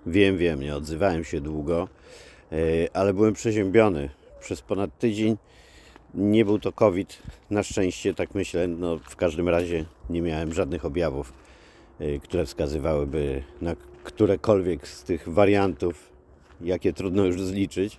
Wiem, nie odzywałem się długo, ale byłem przeziębiony. Przez ponad tydzień nie był to COVID, na szczęście, tak myślę. No, w każdym razie nie miałem żadnych objawów, które wskazywałyby na którekolwiek z tych wariantów, jakie trudno już zliczyć.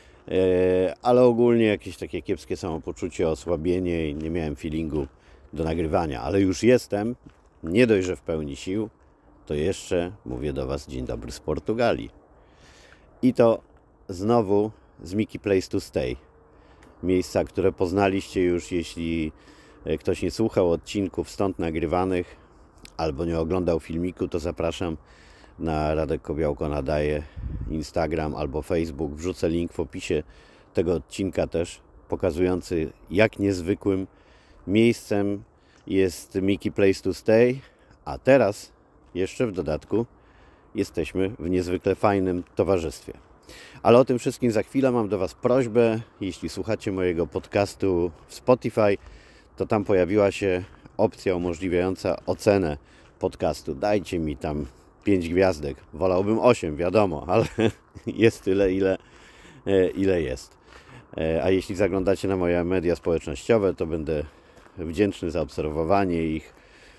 Ale ogólnie jakieś takie kiepskie samopoczucie, osłabienie i nie miałem feelingu do nagrywania. Ale już jestem, nie dość, że w pełni sił, to jeszcze mówię do Was dzień dobry z Portugalii. I to znowu z Miki Place to Stay. Miejsca, które poznaliście już, jeśli ktoś nie słuchał odcinków stąd nagrywanych albo nie oglądał filmiku, to zapraszam na Radek Kobiałko Nadaje, Instagram albo Facebook. Wrzucę link w opisie tego odcinka też, pokazujący, jak niezwykłym miejscem jest Miki Place to Stay. A teraz jeszcze w dodatku jesteśmy w niezwykle fajnym towarzystwie. Ale o tym wszystkim za chwilę. Mam do Was prośbę. Jeśli słuchacie mojego podcastu w Spotify, to tam pojawiła się opcja umożliwiająca ocenę podcastu. Dajcie mi tam 5 gwiazdek. Wolałbym 8, wiadomo, ale jest tyle, ile jest. A jeśli zaglądacie na moje media społecznościowe, to będę wdzięczny za obserwowanie ich,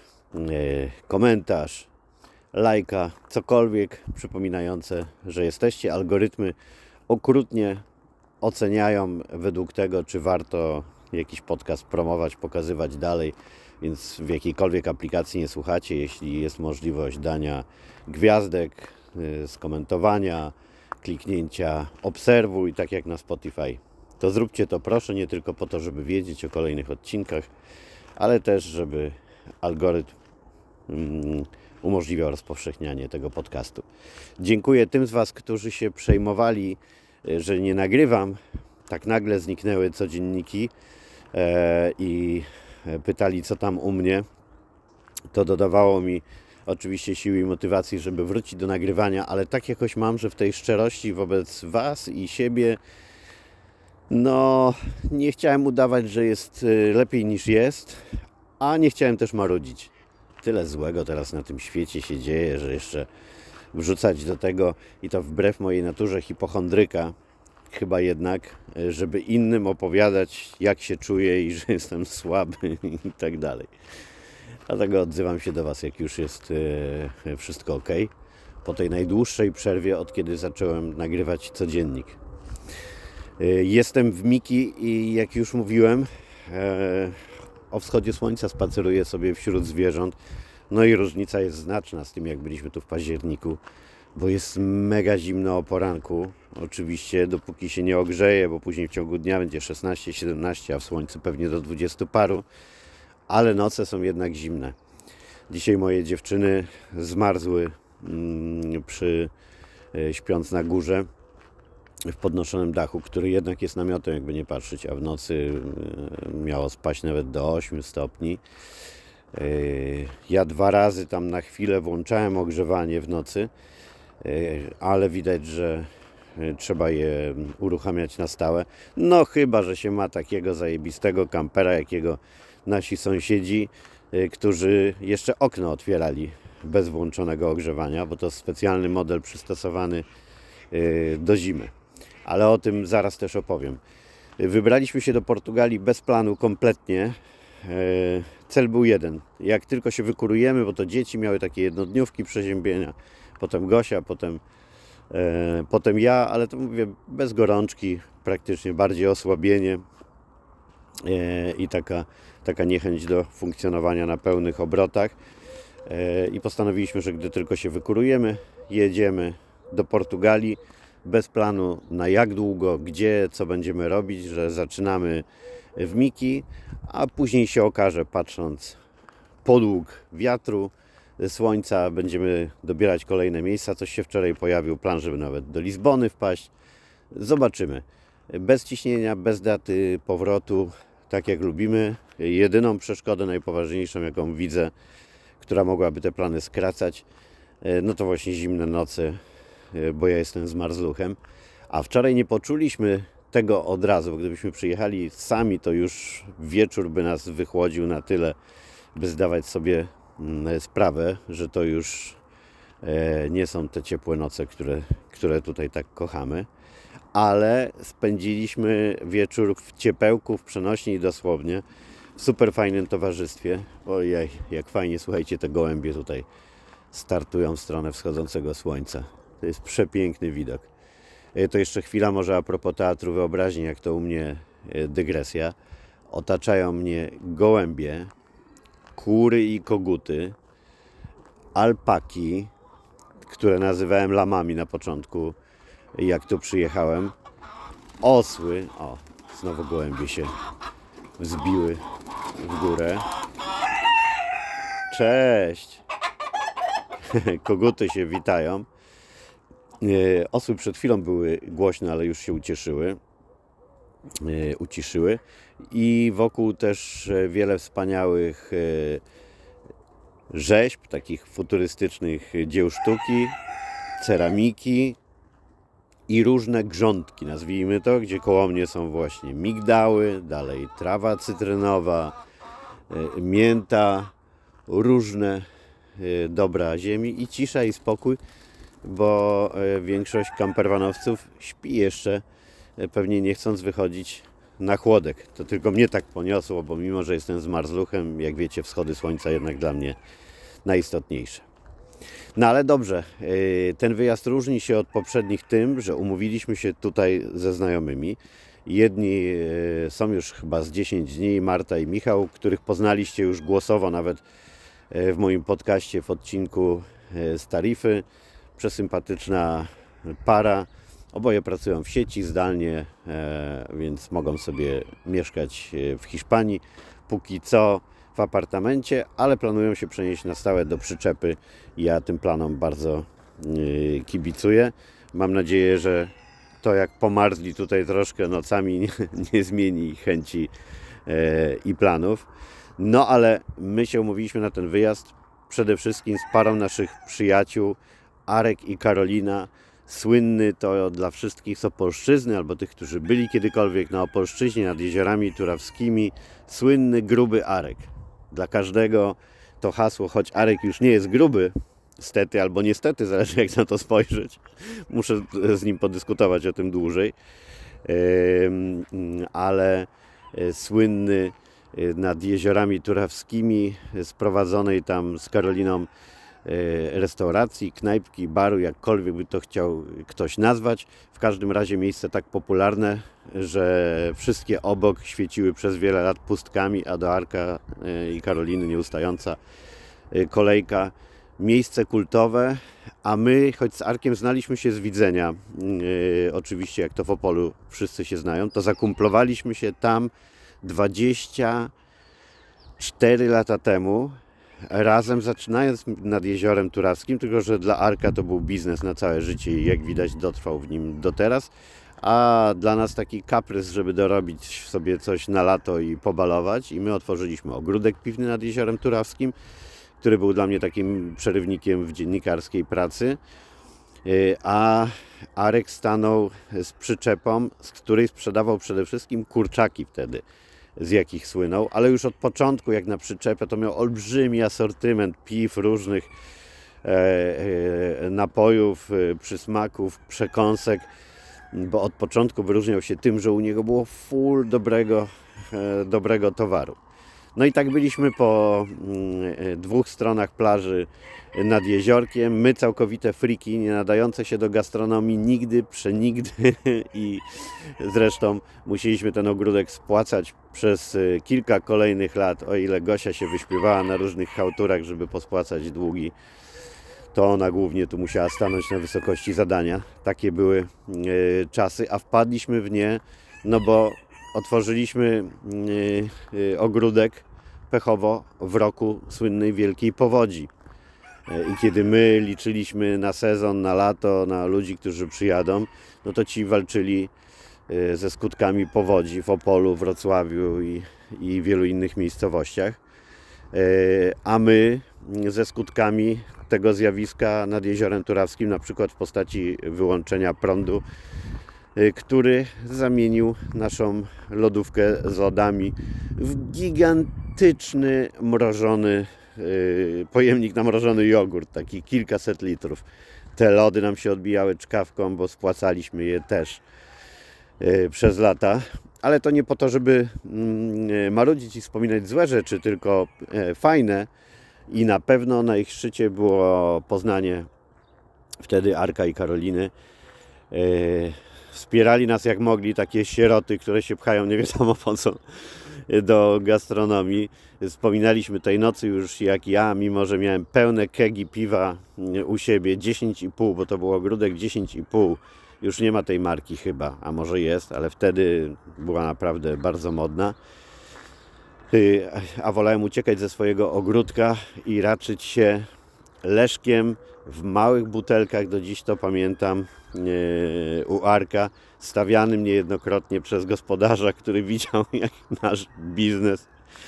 komentarz, lajka, cokolwiek przypominające, że jesteście. Algorytmy okrutnie oceniają według tego, czy warto jakiś podcast promować, pokazywać dalej, więc w jakiejkolwiek aplikacji nie słuchacie, jeśli jest możliwość dania gwiazdek, skomentowania, kliknięcia obserwuj, tak jak na Spotify, to zróbcie to proszę, nie tylko po to, żeby wiedzieć o kolejnych odcinkach, ale też, żeby algorytm umożliwiał rozpowszechnianie tego podcastu. Dziękuję tym z Was, którzy się przejmowali, że nie nagrywam. Tak nagle zniknęły codzienniki i pytali, co tam u mnie. To dodawało mi oczywiście siły i motywacji, żeby wrócić do nagrywania, ale tak jakoś mam, że w tej szczerości wobec Was i siebie nie chciałem udawać, że jest lepiej niż jest, a nie chciałem też marudzić. Tyle złego teraz na tym świecie się dzieje, że jeszcze wrzucać do tego, i to wbrew mojej naturze hipochondryka, chyba jednak, żeby innym opowiadać, jak się czuję i że jestem słaby i tak dalej. Dlatego odzywam się do Was, jak już jest wszystko ok. Po tej najdłuższej przerwie, od kiedy zacząłem nagrywać codziennik. Jestem w Miki i jak już mówiłem, o wschodzie słońca spaceruję sobie wśród zwierząt. No i różnica jest znaczna z tym, jak byliśmy tu w październiku, bo jest mega zimno o poranku. Oczywiście dopóki się nie ogrzeje, bo później w ciągu dnia będzie 16-17, a w słońcu pewnie do 20 paru, ale noce są jednak zimne. Dzisiaj moje dziewczyny zmarzły śpiąc na górze w podnoszonym dachu, który jednak jest namiotem, jakby nie patrzeć, a w nocy miało spaść nawet do 8 stopni. Ja 2 razy tam na chwilę włączałem ogrzewanie w nocy, ale widać, że trzeba je uruchamiać na stałe. No chyba, że się ma takiego zajebistego kampera, jakiego nasi sąsiedzi, którzy jeszcze okno otwierali bez włączonego ogrzewania, bo to specjalny model przystosowany do zimy. Ale o tym zaraz też opowiem. Wybraliśmy się do Portugalii bez planu kompletnie. Cel był jeden. Jak tylko się wykurujemy, bo to dzieci miały takie jednodniówki przeziębienia, potem Gosia, potem ja, ale to mówię bez gorączki, praktycznie bardziej osłabienie i taka niechęć do funkcjonowania na pełnych obrotach. I postanowiliśmy, że gdy tylko się wykurujemy, jedziemy do Portugalii bez planu na jak długo, gdzie, co będziemy robić, że zaczynamy w Miki, a później się okaże, patrząc podług wiatru, słońca, będziemy dobierać kolejne miejsca. Coś się wczoraj pojawił plan, żeby nawet do Lizbony wpaść. Zobaczymy. Bez ciśnienia, bez daty powrotu, tak jak lubimy. Jedyną przeszkodę, najpoważniejszą, jaką widzę, która mogłaby te plany skracać, no to właśnie zimne noce, bo ja jestem zmarzluchem. A wczoraj nie poczuliśmy tego od razu, bo gdybyśmy przyjechali sami, to już wieczór by nas wychłodził na tyle, by zdawać sobie sprawę, że to już Nie są te ciepłe noce, które tutaj tak kochamy, ale spędziliśmy wieczór w ciepełku, w przenośni i dosłownie, w super fajnym towarzystwie. Ojej, jak fajnie, słuchajcie, te gołębie tutaj startują w stronę wschodzącego słońca. To jest przepiękny widok. To jeszcze chwila może a propos Teatru Wyobraźni, jak to u mnie dygresja. Otaczają mnie gołębie, kury i koguty, alpaki, które nazywałem lamami na początku, jak tu przyjechałem, osły, o, znowu gołębie się wzbiły w górę. Cześć! Koguty się witają. Osły przed chwilą były głośne, ale już się uciszyły. I wokół też wiele wspaniałych rzeźb, takich futurystycznych dzieł sztuki, ceramiki i różne grządki, nazwijmy to, gdzie koło mnie są właśnie migdały, dalej trawa cytrynowa, mięta, różne dobra ziemi i cisza i spokój, bo większość kamperwanowców śpi jeszcze, pewnie nie chcąc wychodzić na chłodek. To tylko mnie tak poniosło, bo mimo, że jestem zmarzluchem, jak wiecie, wschody słońca jednak dla mnie najistotniejsze. No ale dobrze, ten wyjazd różni się od poprzednich tym, że umówiliśmy się tutaj ze znajomymi. Jedni są już chyba z 10 dni, Marta i Michał, których poznaliście już głosowo nawet w moim podcaście w odcinku z Tarify. Przesympatyczna para. Oboje pracują w sieci zdalnie, więc mogą sobie mieszkać w Hiszpanii. Póki co w apartamencie, ale planują się przenieść na stałe do przyczepy. Ja tym planom bardzo kibicuję. Mam nadzieję, że to jak pomarzli tutaj troszkę nocami nie zmieni ich chęci i planów. No ale my się umówiliśmy na ten wyjazd przede wszystkim z parą naszych przyjaciół, Arek i Karolina. Słynny to dla wszystkich z Opolszczyzny, albo tych, którzy byli kiedykolwiek na Opolszczyźnie, nad jeziorami turawskimi, słynny gruby Arek. Dla każdego to hasło, choć Arek już nie jest gruby, stety albo niestety, zależy jak na to spojrzeć. Muszę z nim podyskutować o tym dłużej. Ale słynny nad jeziorami turawskimi, sprowadzonej tam z Karoliną restauracji, knajpki, baru, jakkolwiek by to chciał ktoś nazwać. W każdym razie miejsce tak popularne, że wszystkie obok świeciły przez wiele lat pustkami, a do Arka i Karoliny nieustająca kolejka. Miejsce kultowe, a my, choć z Arkiem znaliśmy się z widzenia, oczywiście jak to w Opolu wszyscy się znają, to zakumplowaliśmy się tam 24 lata temu, razem zaczynając nad Jeziorem Turawskim, tylko że dla Arka to był biznes na całe życie i jak widać dotrwał w nim do teraz, a dla nas taki kaprys, żeby dorobić sobie coś na lato i pobalować, i my otworzyliśmy ogródek piwny nad Jeziorem Turawskim, który był dla mnie takim przerywnikiem w dziennikarskiej pracy, a Arek stanął z przyczepą, z której sprzedawał przede wszystkim kurczaki wtedy, z jakich słynął, ale już od początku, jak na przyczepę, to miał olbrzymi asortyment piw, różnych napojów, przysmaków, przekąsek, bo od początku wyróżniał się tym, że u niego było full dobrego towaru. No i tak byliśmy po 2 stronach plaży nad jeziorkiem. My całkowite friki, nie nadające się do gastronomii nigdy, przenigdy i zresztą musieliśmy ten ogródek spłacać przez kilka kolejnych lat. O ile Gosia się wyśpiewała na różnych chałturach, żeby pospłacać długi, to ona głównie tu musiała stanąć na wysokości zadania. Takie były czasy, a wpadliśmy w nie, no bo otworzyliśmy ogródek pechowo w roku słynnej wielkiej powodzi. I kiedy my liczyliśmy na sezon, na lato, na ludzi, którzy przyjadą, no to ci walczyli ze skutkami powodzi w Opolu, Wrocławiu i wielu innych miejscowościach. A my ze skutkami tego zjawiska nad Jeziorem Turawskim, na przykład w postaci wyłączenia prądu, który zamienił naszą lodówkę z lodami w gigantyczny, mrożony pojemnik na mrożony jogurt, taki kilkaset litrów. Te lody nam się odbijały czkawką, bo spłacaliśmy je też przez lata. Ale to nie po to, żeby marudzić i wspominać złe rzeczy, tylko fajne. I na pewno na ich szczycie było poznanie wtedy Arka i Karoliny. Wspierali nas jak mogli, takie sieroty, które się pchają nie wiadomo po co do gastronomii. Wspominaliśmy tej nocy już jak ja, mimo że miałem pełne kegi piwa u siebie, 10,5, bo to był ogródek 10,5. Już nie ma tej marki chyba, a może jest, ale wtedy była naprawdę bardzo modna. A wolałem uciekać ze swojego ogródka i raczyć się leszkiem w małych butelkach, do dziś to pamiętam, u Arka, stawianym niejednokrotnie przez gospodarza, który widział, jak nasz biznes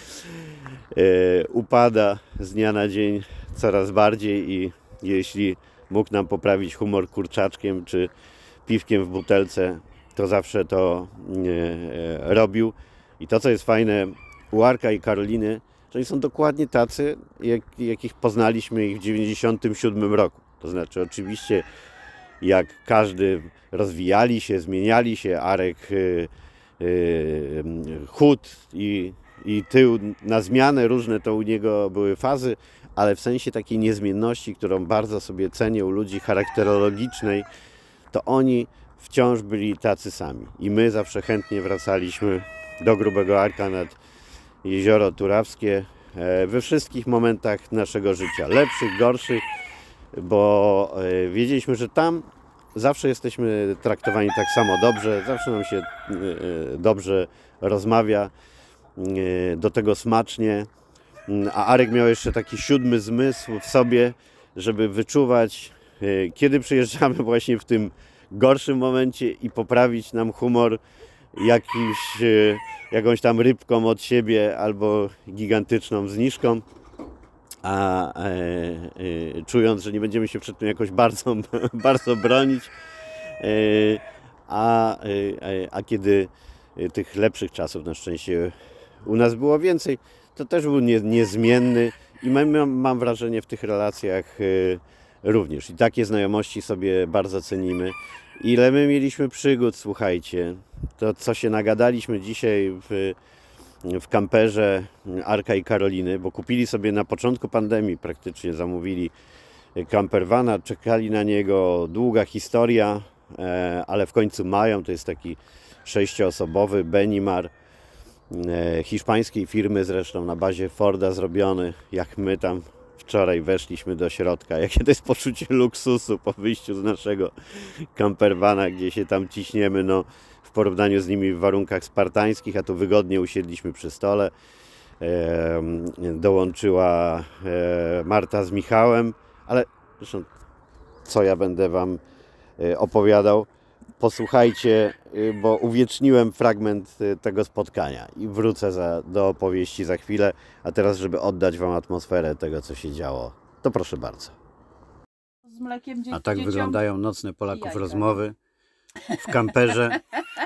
upada z dnia na dzień coraz bardziej i jeśli mógł nam poprawić humor kurczaczkiem czy piwkiem w butelce, to zawsze to robił. I to, co jest fajne u Arka i Karoliny, że oni są dokładnie tacy, jakich poznaliśmy ich w 1997 roku. To znaczy oczywiście jak każdy rozwijali się, zmieniali się, Arek chód i tył na zmianę, różne to u niego były fazy, ale w sensie takiej niezmienności, którą bardzo sobie cenię u ludzi charakterologicznej, to oni wciąż byli tacy sami. I my zawsze chętnie wracaliśmy do Grubego Arka nad Jezioro Turawskie we wszystkich momentach naszego życia. Lepszych, gorszych, bo wiedzieliśmy, że tam zawsze jesteśmy traktowani tak samo dobrze, zawsze nam się dobrze rozmawia, do tego smacznie. A Arek miał jeszcze taki 7. zmysł w sobie, żeby wyczuwać, kiedy przyjeżdżamy właśnie w tym gorszym momencie i poprawić nam humor jakąś tam rybką od siebie albo gigantyczną zniżką, a czując, że nie będziemy się przed tym jakoś bardzo, bardzo bronić, a kiedy tych lepszych czasów na szczęście u nas było więcej, to też był niezmienny i mam wrażenie w tych relacjach również. I takie znajomości sobie bardzo cenimy. Ile my mieliśmy przygód, słuchajcie, to co się nagadaliśmy dzisiaj w kamperze Arka i Karoliny, bo kupili sobie na początku pandemii, praktycznie zamówili campervana, czekali na niego, długa historia, ale w końcu mają, to jest taki 6-osobowy Benimar, hiszpańskiej firmy zresztą, na bazie Forda zrobiony, jak my tam wczoraj weszliśmy do środka, jakie to jest poczucie luksusu po wyjściu z naszego campervana, gdzie się tam ciśniemy, no w porównaniu z nimi w warunkach spartańskich, a tu wygodnie usiedliśmy przy stole. Dołączyła Marta z Michałem, ale zresztą co ja będę Wam opowiadał, posłuchajcie, bo uwieczniłem fragment tego spotkania i wrócę do opowieści za chwilę, a teraz, żeby oddać Wam atmosferę tego, co się działo, to proszę bardzo. Z mlekiem A tak dzieciom wyglądają nocne Polaków jajka. rozmowy w kamperze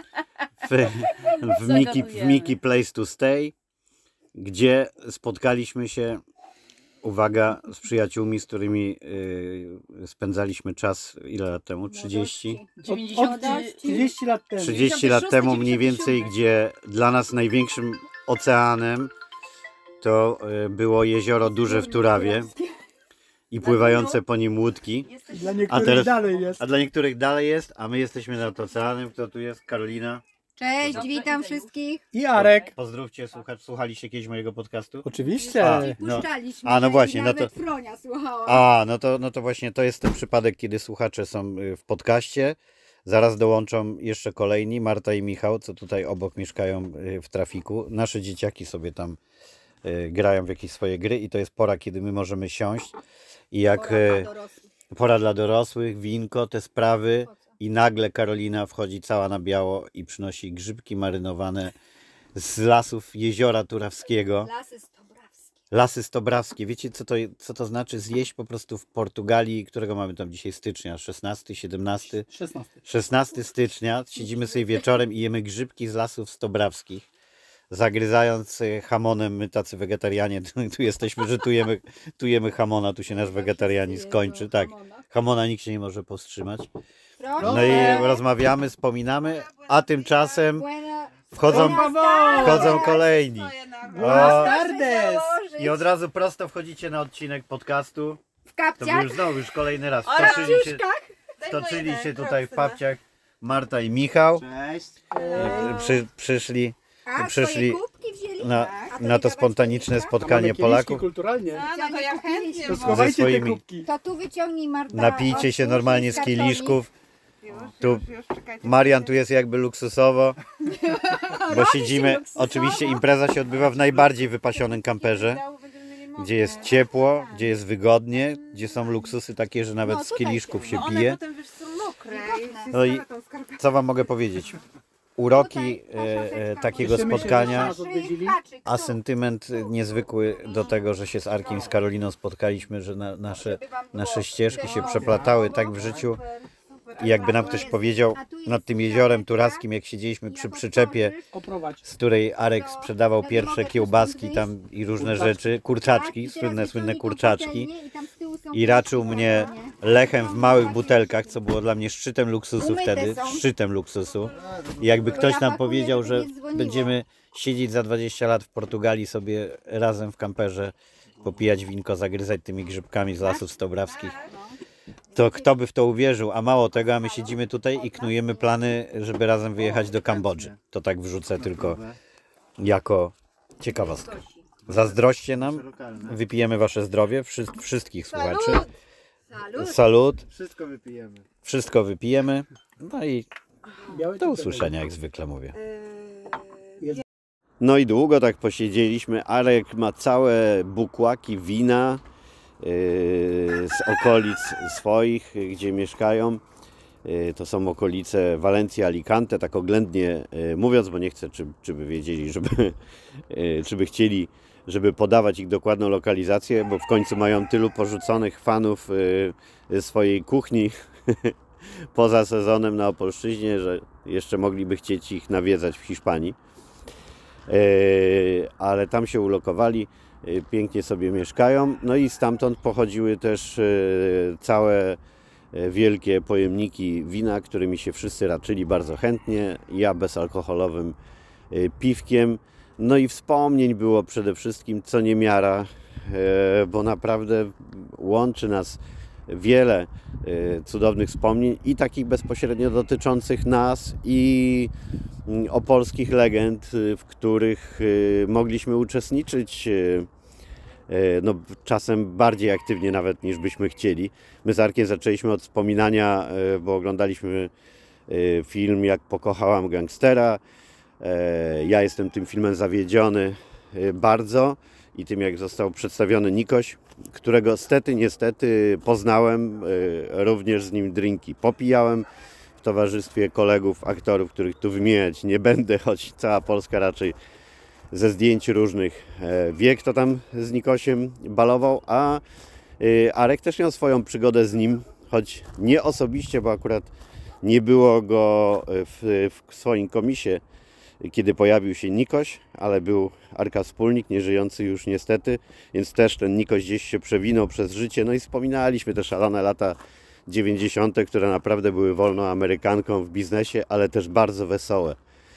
w Mickey Place to Stay, gdzie spotkaliśmy się, uwaga, z przyjaciółmi, z którymi spędzaliśmy czas ile lat temu? 30? 30 lat temu. 30 lat temu mniej więcej, gdzie dla nas największym oceanem to było jezioro Duże w Turawie i pływające po nim łódki. Dla niektórych dalej jest. A dla niektórych dalej jest, a my jesteśmy nad oceanem. Kto tu jest? Karolina. Cześć, witam wszystkich. I Arek. Pozdrówcie, słuchaliście kiedyś mojego podcastu? Oczywiście. Puszczaliśmy. No właśnie, nawet Fronia słuchała. No to właśnie to jest ten przypadek, kiedy słuchacze są w podcaście. Zaraz dołączą jeszcze kolejni, Marta i Michał, co tutaj obok mieszkają w trafiku. Nasze dzieciaki sobie tam grają w jakieś swoje gry i to jest pora, kiedy my możemy siąść. I jak pora dla dorosłych, winko, te sprawy. I nagle Karolina wchodzi cała na biało i przynosi grzybki marynowane z lasów Jeziora Turawskiego. Lasy Stobrawskie. Wiecie, co to znaczy zjeść po prostu w Portugalii, którego mamy tam dzisiaj stycznia? 16, 17? 16. 16 stycznia. Siedzimy sobie wieczorem i jemy grzybki z lasów Stobrawskich. zagryzając hamonem, my tacy wegetarianie, tu jesteśmy, że tu jemy hamona, tu się nasz wegetarianizm kończy. Tak, hamona nikt się nie może powstrzymać. No i rozmawiamy, wspominamy, a tymczasem wchodzą kolejni. Bastardes! I od razu prosto wchodzicie na odcinek podcastu. W To kapciach. był już kolejny raz. Kapciuszkach. Wtoczyli się tutaj w papciach Marta i Michał. Cześć. Przyszli A, przyszli swoje kubki wzięli? na to spontaniczne spotkanie Mamy kieliszki Polaków. kulturalnie. A, no to ja chętnie. To bo- schowajcie te swoimi- kubki. To tu wyciągnij Marta. Napijcie się otwórz normalnie z kartonik. kieliszków. Tu Już, czekajcie. Marian tu jest jakby luksusowo, bo siedzimy. Oczywiście impreza się odbywa w najbardziej wypasionym kamperze, gdzie jest ciepło, gdzie jest wygodnie, gdzie są luksusy takie, że nawet No, z tutaj kieliszków się- się Bo one pije. potem wiesz, są mokre. No i co wam mogę powiedzieć? Uroki takiego Cieszymy się, spotkania, że nas odwiedzili. a sentyment niezwykły do tego, że się z Arkiem i z Karoliną spotkaliśmy, że nasze ścieżki się przeplatały tak w życiu. I jakby nam ktoś powiedział nad tym jeziorem turaskim, jak siedzieliśmy przy przyczepie, Oprowadź. z której Arek sprzedawał pierwsze kiełbaski tam i różne rzeczy, kurczaczki, słynne kurczaczki, i raczył mnie lechem w małych butelkach, co było dla mnie szczytem luksusu wtedy, szczytem luksusu. I jakby ktoś nam powiedział, że będziemy siedzieć za 20 lat w Portugalii sobie razem w kamperze, popijać winko, zagryzać tymi grzybkami z lasów stobrawskich, to kto by w to uwierzył? A mało tego, a my siedzimy tutaj i knujemy plany, żeby razem wyjechać do Kambodży. To tak wrzucę tylko jako ciekawostkę. Zazdroście nam, wypijemy wasze zdrowie, wszystkich słuchaczy. Salut, Wszystko wypijemy. wszystko wypijemy. No i Białe do czy usłyszenia, jak zwykle mówię. Jest- No i długo tak posiedzieliśmy. Arek ma całe bukłaki wina z okolic swoich, gdzie mieszkają. To są okolice Walencji, Alicante, tak oględnie mówiąc, bo nie chcę, czy by wiedzieli, czy by chcieli, żeby podawać ich dokładną lokalizację, bo w końcu mają tylu porzuconych fanów swojej kuchni poza sezonem na Opolszczyźnie, że jeszcze mogliby chcieć ich nawiedzać w Hiszpanii. Ale tam się ulokowali, pięknie sobie mieszkają. No i stamtąd pochodziły też całe wielkie pojemniki wina, którymi się wszyscy raczyli bardzo chętnie. Ja bezalkoholowym piwkiem. No i wspomnień było przede wszystkim co niemiara, bo naprawdę łączy nas wiele cudownych wspomnień i takich bezpośrednio dotyczących nas i opolskich legend, w których mogliśmy uczestniczyć, no, czasem bardziej aktywnie nawet niż byśmy chcieli. My z Arkiem zaczęliśmy od wspominania, bo oglądaliśmy film Jak pokochałam gangstera. Ja jestem tym filmem zawiedziony bardzo i tym, jak został przedstawiony Nikoś, którego niestety poznałem, również z nim drinki popijałem w towarzystwie kolegów, aktorów, których tu wymieniać nie będę, choć cała Polska raczej ze zdjęć różnych wie, kto tam z Nikosiem balował, a Arek też miał swoją przygodę z nim, choć nie osobiście, bo akurat nie było go w swoim komisie, kiedy pojawił się Nikoś, ale był Arka wspólnik, nieżyjący już niestety, więc też ten Nikoś gdzieś się przewinął przez życie. No i wspominaliśmy te szalone lata 90., które naprawdę były wolną Amerykanką w biznesie, ale też bardzo wesołe.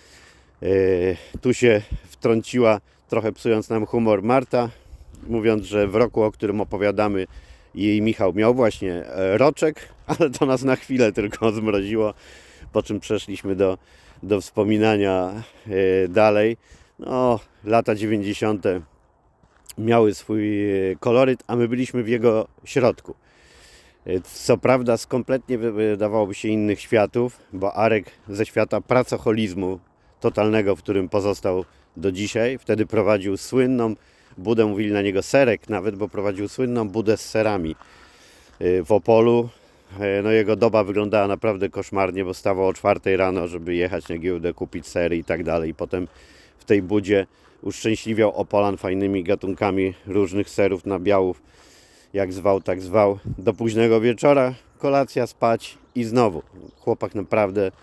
Tu się wtrąciła, trochę psując nam humor, Marta, mówiąc, że w roku, o którym opowiadamy, jej Michał miał właśnie roczek, ale to nas na chwilę tylko zmroziło, po czym przeszliśmy do wspominania dalej. No, lata 90. miały swój koloryt, a my byliśmy w jego środku. Co prawda z kompletnie wydawałoby się innych światów, bo Arek ze świata pracoholizmu totalnego, w którym pozostał do dzisiaj. Wtedy prowadził słynną budę, mówili na niego Serek nawet, bo prowadził słynną budę z serami w Opolu. No jego doba wyglądała naprawdę koszmarnie, bo stawał o 4 rano, żeby jechać na giełdę, kupić sery i tak dalej. Potem w tej budzie uszczęśliwiał Opolan fajnymi gatunkami różnych serów, nabiałów, jak zwał, tak zwał. Do późnego wieczora, kolacja, spać i znowu. Chłopak naprawdę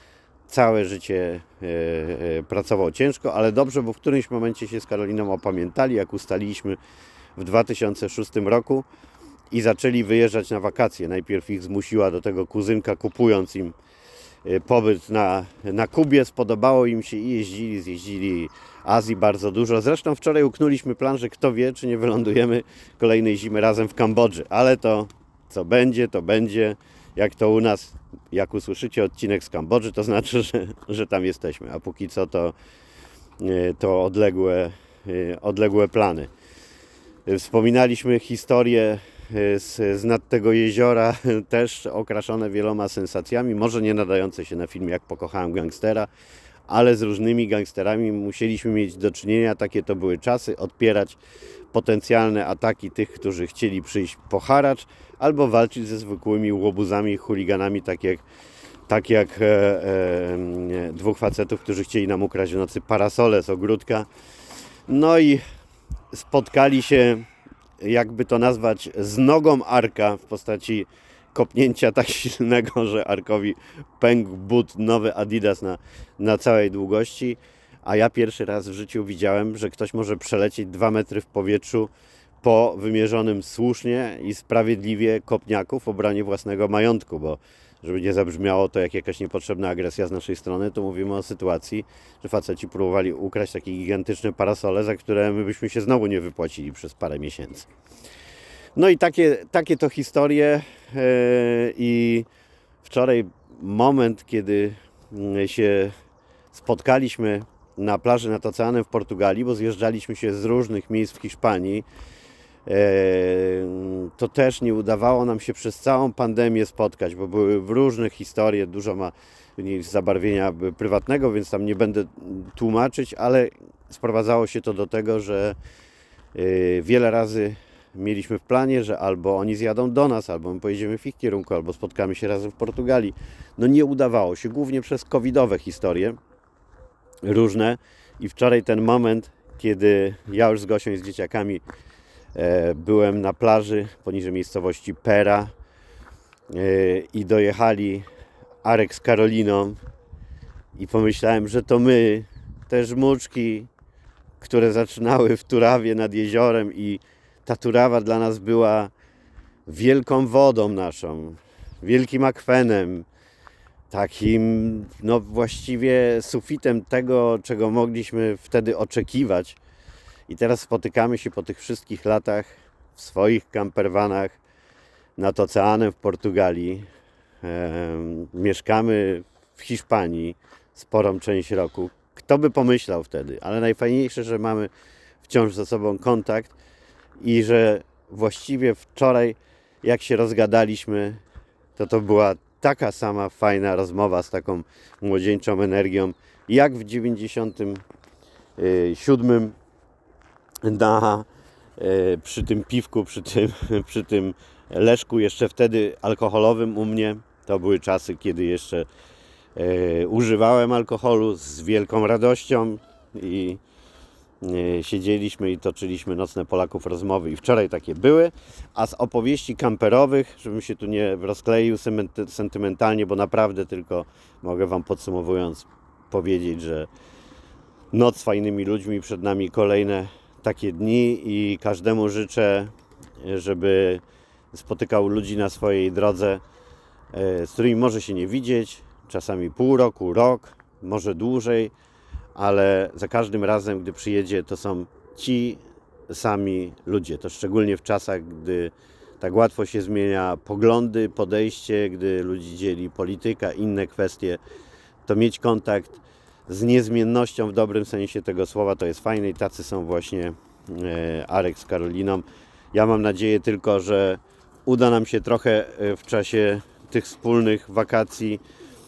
całe życie pracował ciężko, ale dobrze, bo w którymś momencie się z Karoliną opamiętali, jak ustaliliśmy w 2006 roku i zaczęli wyjeżdżać na wakacje. Najpierw ich zmusiła do tego kuzynka, kupując im pobyt na Kubie. Spodobało im się i zjeździli Azji bardzo dużo. Zresztą wczoraj uknuliśmy plan, że kto wie, czy nie wylądujemy kolejnej zimy razem w Kambodży. Ale to co będzie, to będzie. Jak to u nas, jak usłyszycie odcinek z Kambodży, to znaczy, że tam jesteśmy. A póki co to odległe plany. Wspominaliśmy historię z nad tego jeziora, też okraszone wieloma sensacjami, może nie nadające się na film Jak pokochałem gangstera, ale z różnymi gangsterami musieliśmy mieć do czynienia, takie to były czasy, odpierać potencjalne ataki tych, którzy chcieli przyjść po haracz, albo walczyć ze zwykłymi łobuzami, chuliganami, tak jak dwóch facetów, którzy chcieli nam ukraść w nocy parasole z ogródka. No i spotkali się, jakby to nazwać, z nogą Arka w postaci kopnięcia tak silnego, że Arkowi pękł but nowy Adidas na całej długości, a ja pierwszy raz w życiu widziałem, że ktoś może przelecieć 2 metry w powietrzu po wymierzonym słusznie i sprawiedliwie kopniaku w obronie własnego majątku, bo żeby nie zabrzmiało to jak jakaś niepotrzebna agresja z naszej strony, to mówimy o sytuacji, że faceci próbowali ukraść takie gigantyczne parasole, za które my byśmy się znowu nie wypłacili przez parę miesięcy. No i takie to historie i wczoraj moment, kiedy się spotkaliśmy na plaży nad oceanem w Portugalii, bo zjeżdżaliśmy się z różnych miejsc w Hiszpanii, to też nie udawało nam się przez całą pandemię spotkać, bo były różne historie, dużo ma zabarwienia prywatnego, więc tam nie będę tłumaczyć, ale sprowadzało się to do tego, że wiele razy mieliśmy w planie, że albo oni zjadą do nas, albo my pojedziemy w ich kierunku, albo spotkamy się razem w Portugalii. No nie udawało się, głównie przez covidowe historie różne. I wczoraj ten moment, kiedy ja już z Gosią i z dzieciakami byłem na plaży poniżej miejscowości Pera i dojechali Arek z Karoliną i pomyślałem, że to my, te żmuczki, które zaczynały w Turawie nad jeziorem i ta Turawa dla nas była wielką wodą naszą, wielkim akwenem, takim no właściwie sufitem tego, czego mogliśmy wtedy oczekiwać. I teraz spotykamy się po tych wszystkich latach w swoich campervanach nad oceanem w Portugalii. Mieszkamy w Hiszpanii sporą część roku. Kto by pomyślał wtedy? Ale najfajniejsze, że mamy wciąż ze sobą kontakt i że właściwie wczoraj, jak się rozgadaliśmy, to była taka sama fajna rozmowa z taką młodzieńczą energią, jak w 97 przy tym piwku, przy tym leszku jeszcze wtedy alkoholowym u mnie. To były czasy, kiedy jeszcze używałem alkoholu z wielką radością i siedzieliśmy i toczyliśmy nocne Polaków rozmowy i wczoraj takie były, a z opowieści kamperowych, żebym się tu nie rozkleił sentymentalnie, bo naprawdę tylko mogę Wam podsumowując powiedzieć, że noc z fajnymi ludźmi, przed nami kolejne takie dni i każdemu życzę, żeby spotykał ludzi na swojej drodze, z którymi może się nie widzieć, czasami pół roku, rok, może dłużej, ale za każdym razem, gdy przyjedzie, to są ci sami ludzie. To szczególnie w czasach, gdy tak łatwo się zmienia poglądy, podejście, gdy ludzi dzieli polityka, inne kwestie, to mieć kontakt z niezmiennością w dobrym sensie tego słowa to jest fajne i tacy są właśnie Arek z Karoliną. Ja mam nadzieję tylko, że uda nam się trochę w czasie tych wspólnych wakacji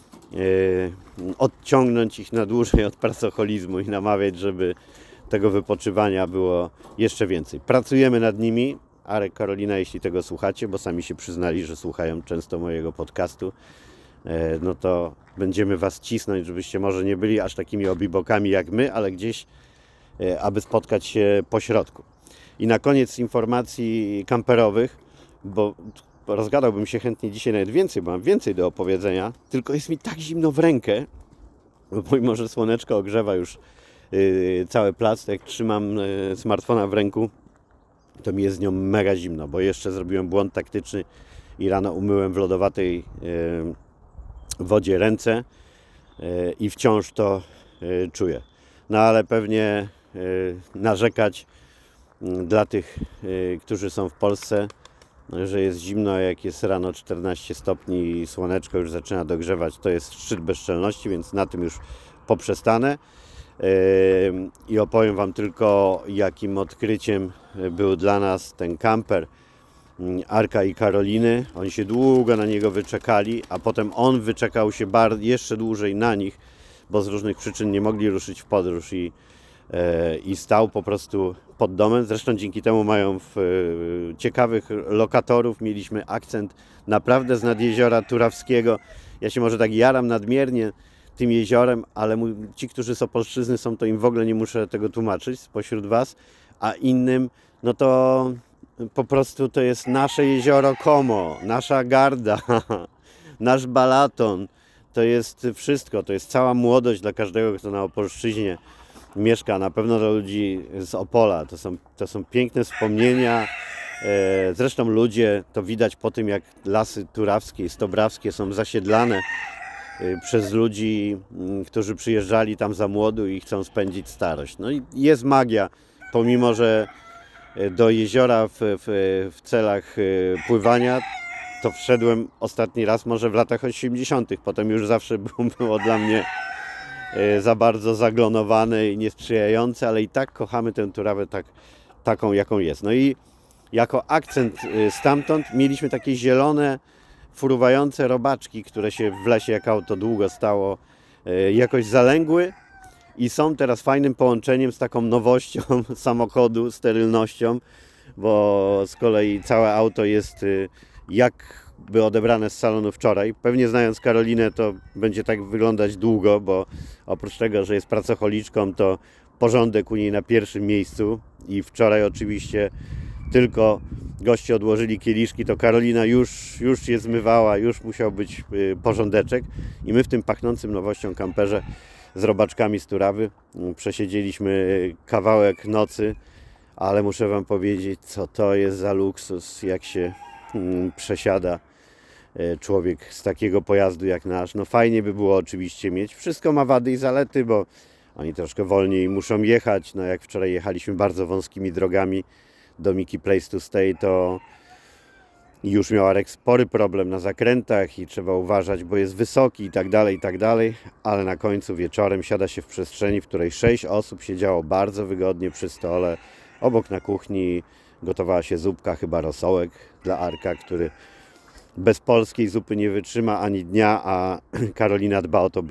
odciągnąć ich na dłużej od pracoholizmu i namawiać, żeby tego wypoczywania było jeszcze więcej. Pracujemy nad nimi. Arek, Karolina, jeśli tego słuchacie, bo sami się przyznali, że słuchają często mojego podcastu, no to będziemy Was cisnąć, żebyście może nie byli aż takimi obibokami jak my, ale gdzieś, aby spotkać się po środku. I na koniec informacji kamperowych, bo rozgadałbym się chętnie dzisiaj nawet więcej, bo mam więcej do opowiedzenia, tylko jest mi tak zimno w rękę, Bo pomimo, że słoneczko ogrzewa już cały plac, jak trzymam smartfona w ręku, to mi jest z nią mega zimno, bo jeszcze zrobiłem błąd taktyczny i rano umyłem w lodowatej wodzie ręce i wciąż to czuję. No ale pewnie narzekać dla tych, którzy są w Polsce, że jest zimno, jak jest rano 14 stopni i słoneczko już zaczyna dogrzewać, to jest szczyt bezczelności, więc na tym już poprzestanę. I opowiem Wam tylko, jakim odkryciem był dla nas ten kamper Arka i Karoliny. Oni się długo na niego wyczekali, a potem on wyczekał się jeszcze dłużej na nich, bo z różnych przyczyn nie mogli ruszyć w podróż i stał po prostu pod domem. Zresztą dzięki temu mają ciekawych lokatorów. Mieliśmy akcent naprawdę z nad jeziora Turawskiego. Ja się może tak jaram nadmiernie tym jeziorem, ale ci, którzy z Opolszczyzny są, to im w ogóle nie muszę tego tłumaczyć spośród Was, a innym, no to po prostu to jest nasze jezioro Como, nasza Garda, nasz Balaton. To jest wszystko, to jest cała młodość dla każdego, kto na Opolszczyźnie mieszka, na pewno dla ludzi z Opola. To są piękne wspomnienia. Zresztą ludzie, to widać po tym, jak lasy turawskie i stobrawskie są zasiedlane przez ludzi, którzy przyjeżdżali tam za młodu i chcą spędzić starość. No i jest magia, pomimo że do jeziora w celach pływania to wszedłem ostatni raz może w latach 80. Potem już zawsze było dla mnie za bardzo zaglonowane i niesprzyjające, ale i tak kochamy tę Turawę taką, jaką jest. No i jako akcent stamtąd mieliśmy takie zielone, fruwające robaczki, które się w lesie, jak auto długo stało, jakoś zalęgły i są teraz fajnym połączeniem z taką nowością samochodu, sterylnością, bo z kolei całe auto jest jakby odebrane z salonu wczoraj. Pewnie znając Karolinę, to będzie tak wyglądać długo, bo oprócz tego, że jest pracocholiczką, to porządek u niej na pierwszym miejscu i wczoraj oczywiście tylko goście odłożyli kieliszki, to Karolina już je zmywała, już musiał być porządeczek i my w tym pachnącym nowością kamperze z robaczkami z Turawy przesiedzieliśmy kawałek nocy, ale muszę Wam powiedzieć, co to jest za luksus, jak się przesiada człowiek z takiego pojazdu jak nasz. No fajnie by było oczywiście mieć, wszystko ma wady i zalety, bo oni troszkę wolniej muszą jechać, no jak wczoraj jechaliśmy bardzo wąskimi drogami do Miki Place to Stay, to już miał Arek spory problem na zakrętach i trzeba uważać, bo jest wysoki i tak dalej, ale na końcu wieczorem siada się w przestrzeni, w której 6 osób siedziało bardzo wygodnie przy stole. Obok na kuchni gotowała się zupka, chyba rosołek dla Arka, który bez polskiej zupy nie wytrzyma ani dnia, a Karolina dba o to,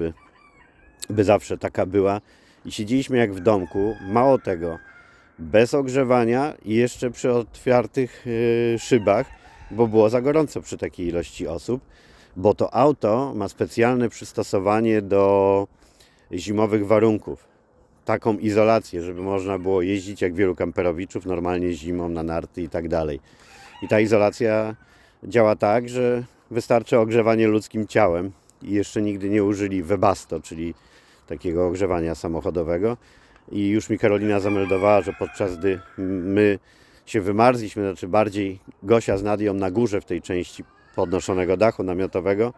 by zawsze taka była. I siedzieliśmy jak w domku, mało tego, bez ogrzewania i jeszcze przy otwartych szybach, bo było za gorąco przy takiej ilości osób, bo to auto ma specjalne przystosowanie do zimowych warunków. Taką izolację, żeby można było jeździć jak wielu kamperowiczów normalnie zimą na narty i tak dalej. I ta izolacja działa tak, że wystarczy ogrzewanie ludzkim ciałem i jeszcze nigdy nie użyli Webasto, czyli takiego ogrzewania samochodowego. I już mi Karolina zameldowała, że podczas gdy my się wymarzliśmy, znaczy bardziej Gosia z Nadią na górze w tej części podnoszonego dachu namiotowego,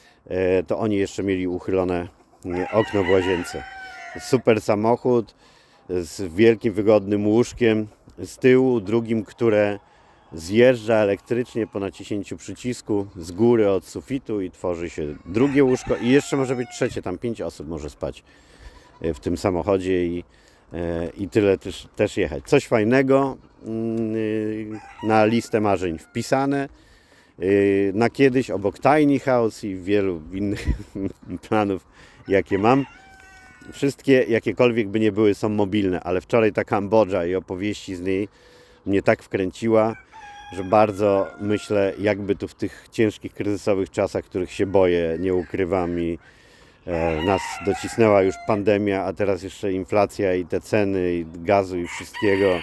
to oni jeszcze mieli uchylone okno w łazience. Super samochód z wielkim, wygodnym łóżkiem z tyłu, drugim, które zjeżdża elektrycznie po naciśnięciu przycisku z góry od sufitu i tworzy się drugie łóżko i jeszcze może być trzecie, tam 5 osób może spać w tym samochodzie i tyle też jechać. Coś fajnego na listę marzeń wpisane, na kiedyś obok Tiny House i wielu innych planów, jakie mam. Wszystkie, jakiekolwiek by nie były, są mobilne, ale wczoraj ta Kambodża i opowieści z niej mnie tak wkręciła, że bardzo myślę, jakby tu w tych ciężkich, kryzysowych czasach, których się boję, nie ukrywam, i nas docisnęła już pandemia, a teraz jeszcze inflacja i te ceny i gazu i wszystkiego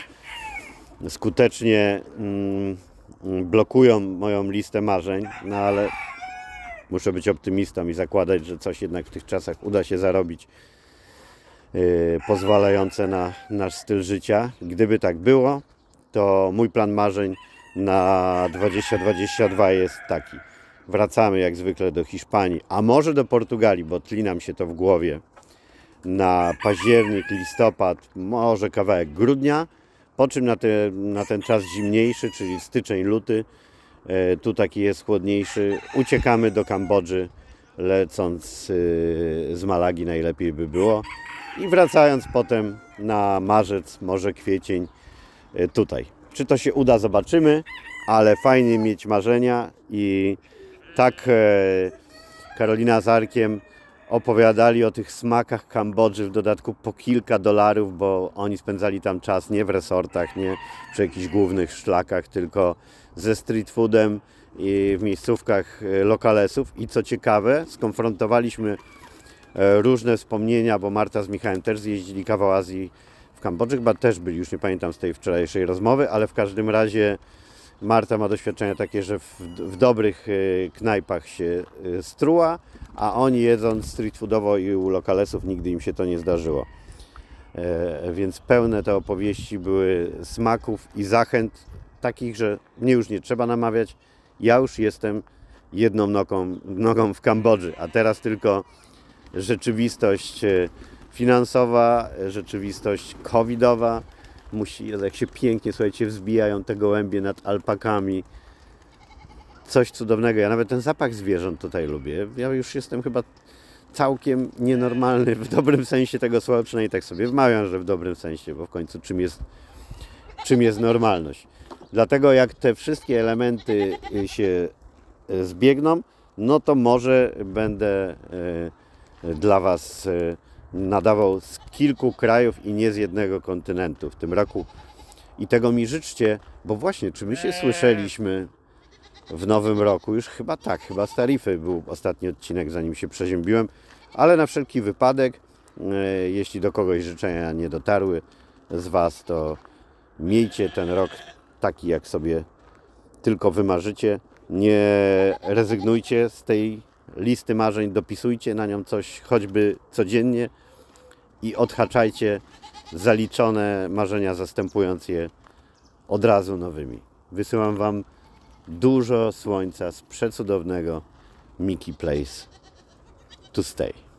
skutecznie blokują moją listę marzeń, no ale muszę być optymistą i zakładać, że coś jednak w tych czasach uda się zarobić pozwalające na nasz styl życia. Gdyby tak było, to mój plan marzeń na 2022 jest taki. Wracamy jak zwykle do Hiszpanii, a może do Portugalii, bo tli nam się to w głowie. Na październik, listopad, może kawałek grudnia, po czym na ten czas zimniejszy, czyli styczeń, luty, tu taki jest chłodniejszy, uciekamy do Kambodży, lecąc z Malagi najlepiej by było i wracając potem na marzec, może kwiecień tutaj. Czy to się uda, zobaczymy, ale fajnie mieć marzenia i tak Karolina z Arkiem opowiadali o tych smakach Kambodży, w dodatku po kilka dolarów, bo oni spędzali tam czas nie w resortach, nie przy jakichś głównych szlakach, tylko ze street foodem i w miejscówkach lokalesów. I co ciekawe, skonfrontowaliśmy różne wspomnienia, bo Marta z Michałem też zjeździli kawał Azji w Kambodży, chyba też byli, już nie pamiętam z tej wczorajszej rozmowy, ale w każdym razie Marta ma doświadczenia takie, że w dobrych knajpach się struła, a oni jedząc street foodowo i u lokalesów nigdy im się to nie zdarzyło. Więc pełne te opowieści były smaków i zachęt takich, że mnie już nie trzeba namawiać. Ja już jestem jedną nogą w Kambodży, a teraz tylko rzeczywistość finansowa, rzeczywistość covidowa. Jak się pięknie, słuchajcie, wzbijają te gołębie nad alpakami. Coś cudownego. Ja nawet ten zapach zwierząt tutaj lubię. Ja już jestem chyba całkiem nienormalny w dobrym sensie tego słowa, przynajmniej tak sobie wmawiam, że w dobrym sensie, bo w końcu czym jest normalność. Dlatego jak te wszystkie elementy się zbiegną, no to może będę dla Was nadawał z kilku krajów i nie z jednego kontynentu w tym roku. I tego mi życzcie, bo właśnie, czy my się słyszeliśmy w nowym roku? Już chyba tak, chyba z Tarify był ostatni odcinek, zanim się przeziębiłem, ale na wszelki wypadek, jeśli do kogoś życzenia nie dotarły z Was, to miejcie ten rok taki, jak sobie tylko wymarzycie. Nie rezygnujcie z tej listy marzeń, dopisujcie na nią coś choćby codziennie i odhaczajcie zaliczone marzenia, zastępując je od razu nowymi. Wysyłam Wam dużo słońca z przecudownego Mickey Place to Stay.